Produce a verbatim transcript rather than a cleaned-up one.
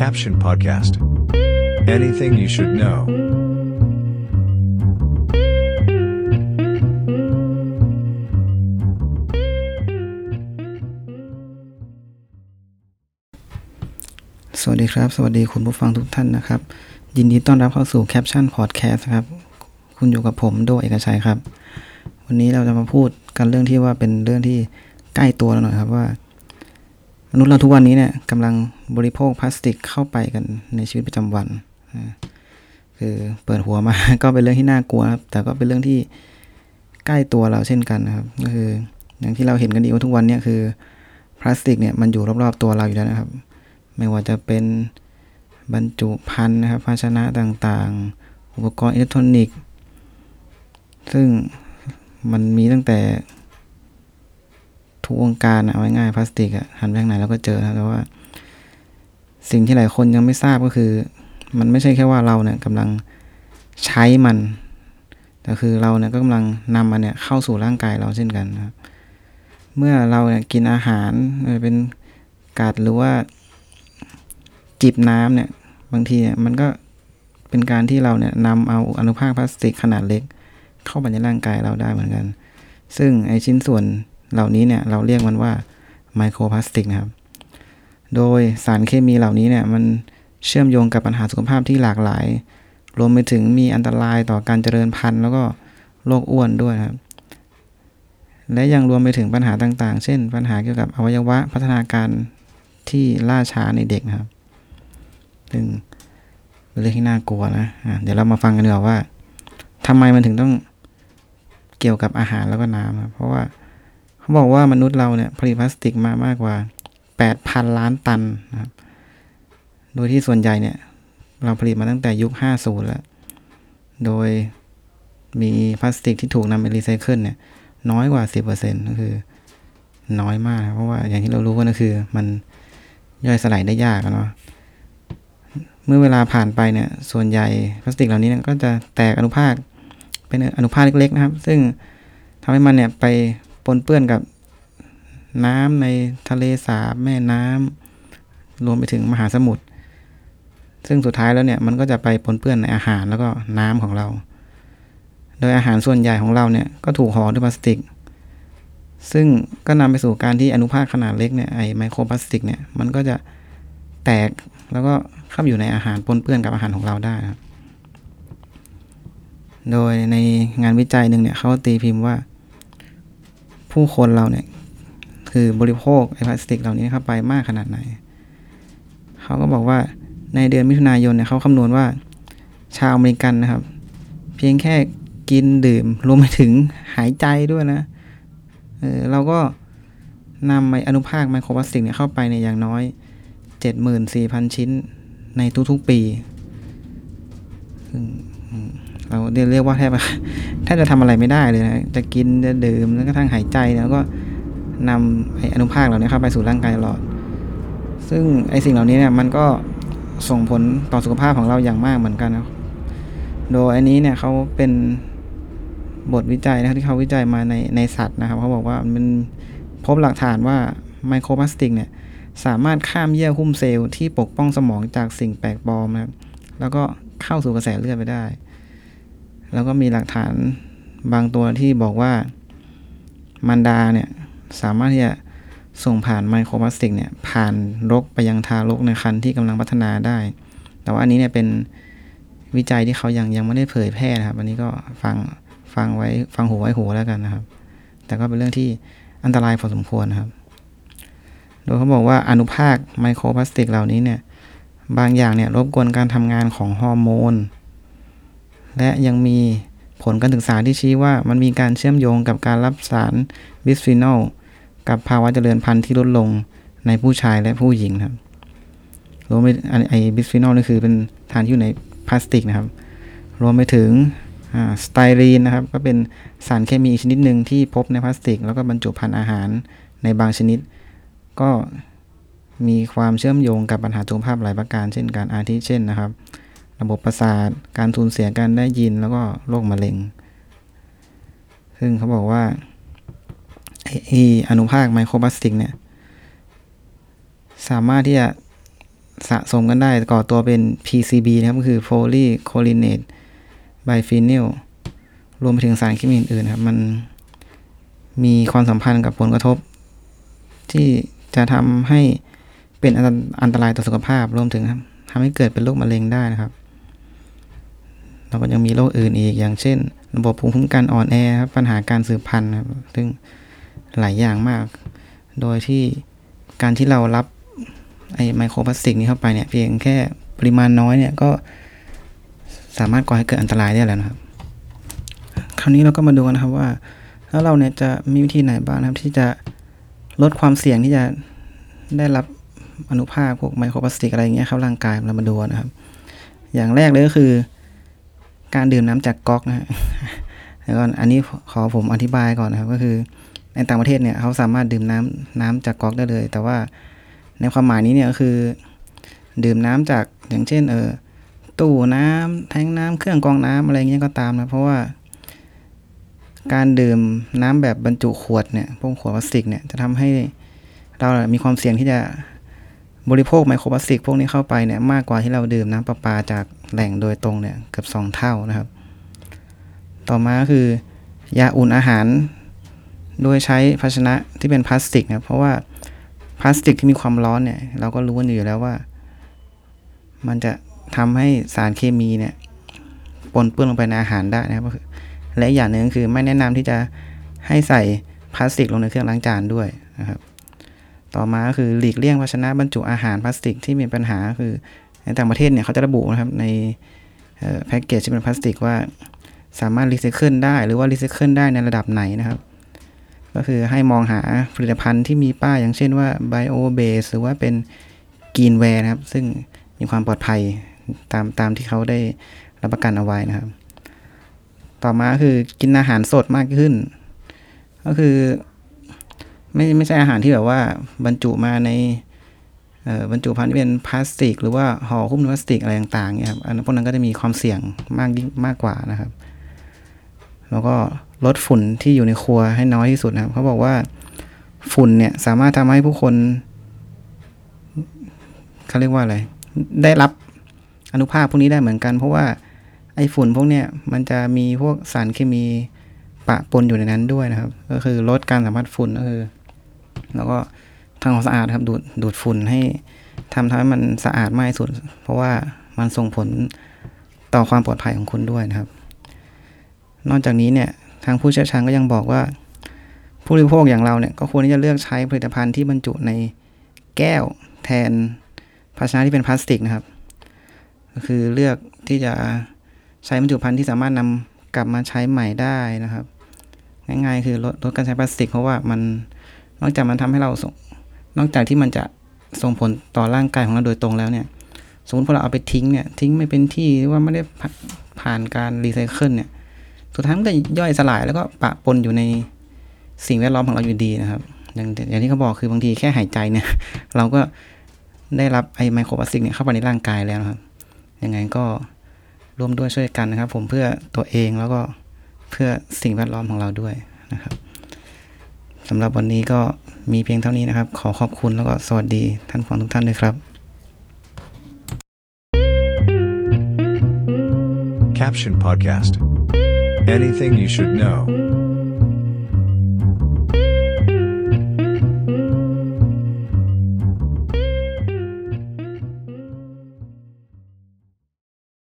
Caption Podcast. Anything you should know. สวัสดีครับสวัสดีคุณผู้ฟังทุกท่านนะครับยินดีต้อนรับเข้าสู่ Caption Podcast ครับคุณอยู่กับผมโดเอกชัยครับวันนี้เราจะมาพูดกันเรื่องที่ว่าเป็นเรื่องที่ใกล้ตัวเราหน่อยครับว่ามนุษย์เราทุกวันนี้เนี่ยกำลังบริโภคพลาสติกเข้าไปกันในชีวิตประจำวันคือเปิดหัวมา ก็เป็นเรื่องที่น่ากลัวครับแต่ก็เป็นเรื่องที่ใกล้ตัวเราเช่นกันนะครับก็คืออย่างที่เราเห็นกันดีว่าทุกวันเนี่ยคือพลาสติกเนี่ยมันอยู่รอบๆตัวเราอยู่แล้วนะครับไม่ว่าจะเป็นบรรจุภัณฑ์นะครับภาชนะต่างๆอุปกรณ์อิเล็กทรอนิกส์ซึ่งมันมีตั้งแต่ทุกวงการเอาง่ายๆพลาสติกอ่ะหันไปทางไหนเราก็เจอนะแต่ว่าสิ่งที่หลายคนยังไม่ทราบก็คือมันไม่ใช่แค่ว่าเราเนี่ยกำลังใช้มันแต่คือเราเนี่ยก็กำลังนำมันเนี่ยเข้าสู่ร่างกายเราเช่นกันนะครับเมื่อเราเนี่ยกินอาหารเป็นกัดหรือว่าจิบน้ำเนี่ยบางทีเนี่ยมันก็เป็นการที่เราเนี่ยนำเอาอนุภาคพลาสติกขนาดเล็กเข้าไปในร่างกายเราได้เหมือนกันซึ่งไอชิ้นส่วนเหล่านี้เนี่ยเราเรียกมันว่าไมโครพลาสติกนะครับโดยสารเคมีเหล่านี้เนี่ยมันเชื่อมโยงกับปัญหาสุขภาพที่หลากหลายรวมไปถึงมีอันตรายต่อการเจริญพันธุ์แล้วก็โรคอ้วนด้วยครับและยังรวมไปถึงปัญหาต่างๆเช่นปัญหาเกี่ยวกับอวัยวะพัฒนาการที่ล่าช้าในเด็กนะครับซึ่งเป็นเรื่องที่น่ากลัวนะะเดี๋ยวเรามาฟังกันดีกว่าว่าทำไมมันถึงต้องเกี่ยวกับอาหารแล้วก็น้ำครับเพราะว่าเขาบอกว่ามนุษย์เราเนี่ยผลิตพลาสติกมามากกว่า แปดพัน ล้านตันนะครับโดยที่ส่วนใหญ่เนี่ยเราผลิตมาตั้งแต่ยุคห้าสิบแล้วโดยมีพลาสติกที่ถูกนำไปรีไซเคิลเนี่ยน้อยกว่า สิบเปอร์เซ็นต์ ก็คือน้อยมากเพราะว่าอย่างที่เรารู้ก็คือมันย่อยสลายได้ยากเนาะเมื่อเวลาผ่านไปเนี่ยส่วนใหญ่พลาสติกเหล่านี้เนี่ยก็จะแตกอนุภาคเป็นอนุภาคเล็กๆนะครับซึ่งทำให้มันเนี่ยไปปนเปื้อนกับน้ำในทะเลสาบแม่น้ำรวมไปถึงมหาสมุทรซึ่งสุดท้ายแล้วเนี่ยมันก็จะไปปนเปื้อนในอาหารแล้วก็น้ำของเราโดยอาหารส่วนใหญ่ของเราเนี่ยก็ถูกห่อด้วยพลาสติกซึ่งก็นำไปสู่การที่อนุภาคขนาดเล็กเนี่ยไอไมโครพลาสติกเนี่ยมันก็จะแตกแล้วก็เข้าอยู่ในอาหารปนเปื้อนกับอาหารของเราได้ครับโดยในงานวิจัยหนึ่งเนี่ยเขาตีพิมพ์ว่าผู้คนเราเนี่ยคือบริโภคไอพลาสติกเหล่านี้เข้าไปมากขนาดไหนเขาก็บอกว่าในเดือนมิถุนายนเนี่ยเขาคำนวณว่าชาวอเมริกันนะครับเพียงแค่กินดื่มรวมไปถึงหายใจด้วยนะเออเราก็นำไออนุภาคไมโครพลาสติกเนี่ยเข้าไปในอย่างน้อย เจ็ดหมื่นสี่พัน ชิ้นในทุกๆปีเราเรียกว่าแทบแทบจะทำอะไรไม่ได้เลยนะจะกินจะดื่มแล้วก็ทั้งหายใจแล้วก็นำไออนุภาคเหล่านี้เข้าไปสู่ร่างกายตลอดซึ่งไอสิ่งเหล่านี้เนี่ยมันก็ส่งผลต่อสุขภาพของเราอย่างมากเหมือนกันนะโดยอันนี้เนี่ยเขาเป็นบทวิจัยนะครับที่เขาวิจัยมาในในสัตว์นะครับเขาบอกว่ามันพบหลักฐานว่าไมโครพลาสติกเนี่ยสามารถข้ามเยื่อหุ้มเซลล์ที่ปกป้องสมองจากสิ่งแปลกปลอมนะครับแล้วก็เข้าสู่กระแสเลือดไปได้แล้วก็มีหลักฐานบางตัวที่บอกว่ามันดาเนี่ยสามารถที่จะส่งผ่านไมโครพลาสติกเนี่ยผ่านรกไปยังทารกในครรภ์ที่กำลังพัฒนาได้แต่ว่าอันนี้เนี่ยเป็นวิจัยที่เขายังยังไม่ได้เผยแพร่นะครับอันนี้ก็ฟังฟังไว้ฟังหูไว้หูแล้วกันนะครับแต่ก็เป็นเรื่องที่อันตรายพอสมควรนะครับโดยเขาบอกว่าอนุภาคไมโครพลาสติกเหล่านี้เนี่ยบางอย่างเนี่ยรบกวนการทำงานของฮอร์โมนและยังมีผลการศึกษาที่ชี้ว่ามันมีการเชื่อมโยงกับการรับสารบิสฟีนอลกับภาวะเจริญพันธุ์ที่ลดลงในผู้ชายและผู้หญิงครับรวมไปไอบิสฟีนอลนี่คือเป็นสารที่อยู่ในพลาสติกนะครับรวมไปถึงสไตรีนนะครับก็เป็นสารเคมีอีกชนิดหนึ่งที่พบในพลาสติกแล้วก็บรรจุภัณฑ์อาหารในบางชนิดก็มีความเชื่อมโยงกับปัญหาสุขภาพหลายประการเช่นการอาทิเช่นนะครับระบบประสาทการสูญเสียการได้ยินแล้วก็โรคมะเร็งซึ่งเขาบอกว่าไอ้อนุภาคไมโครพลาสติกเนี่ยสามารถที่จะสะสมกันได้ก่อตัวเป็น พี ซี บี นะครับก็คือ polychlorinate biphenyl รวมไปถึงสารเคมีอื่นๆครับมันมีความสัมพันธ์กับผลกระทบที่จะทำให้เป็นอันตรายต่อสุขภาพรวมถึงทำให้เกิดเป็นโรคมะเร็งได้นะครับแล้วก็ยังมีโรคอื่นอีกอย่างเช่นระบบภูมิคุ้มกันอ่อนแอครับปัญหาการสืบพันธุ์ครับซึ่งหลายอย่างมากโดยที่การที่เรารับไอ้ไมโครพลาสติกนี้เข้าไปเนี่ยเพียงแค่ปริมาณน้อยเนี่ยก็สามารถก่อให้เกิดอันตรายได้แล้วนะครับคราวนี้เราก็มาดูกันนะครับว่าแล้วเราเนี่ยจะมีวิธีไหนบ้างนะครับที่จะลดความเสี่ยงที่จะได้รับอนุภาคพวกไมโครพลาสติกอะไรอย่างเงี้ยเข้าร่างกายเรามาดูนะครับอย่างแรกเลยก็คือการดื่มน้ำจากก๊อกนะฮะแล้วก็อันนี้ขอผมอธิบายก่อนนะครับก็คือในต่างประเทศเนี่ยเขาสามารถดื่มน้ำน้ำจากก๊อกได้เลยแต่ว่าในความหมายนี้เนี่ยก็คือดื่มน้ำจากอย่างเช่นเออตู้น้ำแทงน้ำเครื่องกรองน้ำอะไรเงี้ยก็ตามนะเพราะว่าการดื่มน้ำแบบบรรจุขวดเนี่ยพวกขวดพลาสติกเนี่ยจะทำให้เรามีความเสี่ยงที่จะบริโภคไมโครพลาสติกพวกนี้เข้าไปเนี่ยมากกว่าที่เราดื่มน้ำประปาจากแหล่งโดยตรงเนี่ยเกือบสองเท่านะครับต่อมาคือยาอุ่นอาหารโดยใช้ภาชนะที่เป็นพลาสติกนะเพราะว่าพลาสติกที่มีความร้อนเนี่ยเราก็รู้กันอยู่แล้วว่ามันจะทำให้สารเคมีเนี่ยปนเปื้อนลงไปในอาหารได้นะครับและอย่างหนึ่งคือไม่แนะนำที่จะให้ใส่พลาสติกลงในเครื่องล้างจานด้วยนะครับต่อมาก็คือหลีกเลี่ยงภาชนะบรรจุอาหารพลาสติกที่มีปัญหาคือในต่างประเทศเนี่ยเขาจะระบุนะครับในแพ็กเกจที่เป็นพลาสติกว่าสามารถรีไซเคิลได้หรือว่ารีไซเคิลได้ในระดับไหนนะครับก็คือให้มองหาผลิตภัณฑ์ที่มีป้ายอย่างเช่นว่า Bio Base หรือว่าเป็น Greenware นะครับซึ่งมีความปลอดภัยตามตามที่เขาได้รับประกันเอาไว้นะครับต่อมาคือกินอาหารสดมากขึ้นก็คือไม่ไม่ใช่อาหารที่แบบว่าบรรจุมาในเอ่อบรรจุภัณฑ์ที่เป็นพลาสติกหรือว่าห่อหุ้มพลาสติกอะไรต่างๆเนี่ยครับอันนั้นพวกนั้นก็จะมีความเสี่ยงมากมากกว่านะครับแล้วก็ลดฝุ่นที่อยู่ในครัวให้น้อยที่สุดนะครับเขาบอกว่าฝุ่นเนี่ยสามารถทำให้ผู้คนเขาเรียกว่าอะไรได้รับอนุภาคพวกนี้ได้เหมือนกันเพราะว่าไอ้ฝุ่นพวกเนี้ยมันจะมีพวกสารเคมีปะปนอยู่ในนั้นด้วยนะครับก็คือลดการสัมผัสฝุ่นก็คือแล้วก็ทำความสะอาดครับดูดดูดฝุ่นให้ทำทำให้มันสะอาดมากที่สุดเพราะว่ามันส่งผลต่อความปลอดภัยของคุณด้วยนะครับนอกจากนี้เนี่ยทางผู้เชี่ยวชาญก็ยังบอกว่าผู้บริโภคอย่างเราเนี่ยก็ควรที่จะเลือกใช้ผลิตภัณฑ์ที่บรรจุในแก้วแทนภาชนะที่เป็นพลาสติกนะครับก็คือเลือกที่จะใช้บรรจุภัณฑ์ที่สามารถนำกลับมาใช้ใหม่ได้นะครับง่ายๆคือลดลดการใช้พลาสติกเพราะว่ามันนอกจากมันทำให้เราส่งนอกจากที่มันจะส่งผลต่อร่างกายของเราโดยตรงแล้วเนี่ยสมมติพอเราเอาไปทิ้งเนี่ยทิ้งไม่เป็นที่หรือว่าไม่ได้ผ่านการรีไซเคิลเนี่ยสุดท้ายมันก็ย่อยสลายแล้วก็ปะปนอยู่ในสิ่งแวดล้อมของเราอยู่ดีนะครับอย่างอย่างที่เขาบอกคือบางทีแค่หายใจเนี่ยเราก็ได้รับไอ้ไมโครพลาสติกเนี่ยเข้าไปในร่างกายแล้วนะครับยังไงก็ร่วมด้วยช่วยกันนะครับผมเพื่อตัวเองแล้วก็เพื่อสิ่งแวดล้อมของเราด้วยนะครับสำหรับวันนี้ก็มีเพียงเท่านี้นะครับขอขอบคุณแล้วก็สวัสดีท่านผู้ฟังทุกท่านด้วยครับ Caption Podcast. Anything you should know.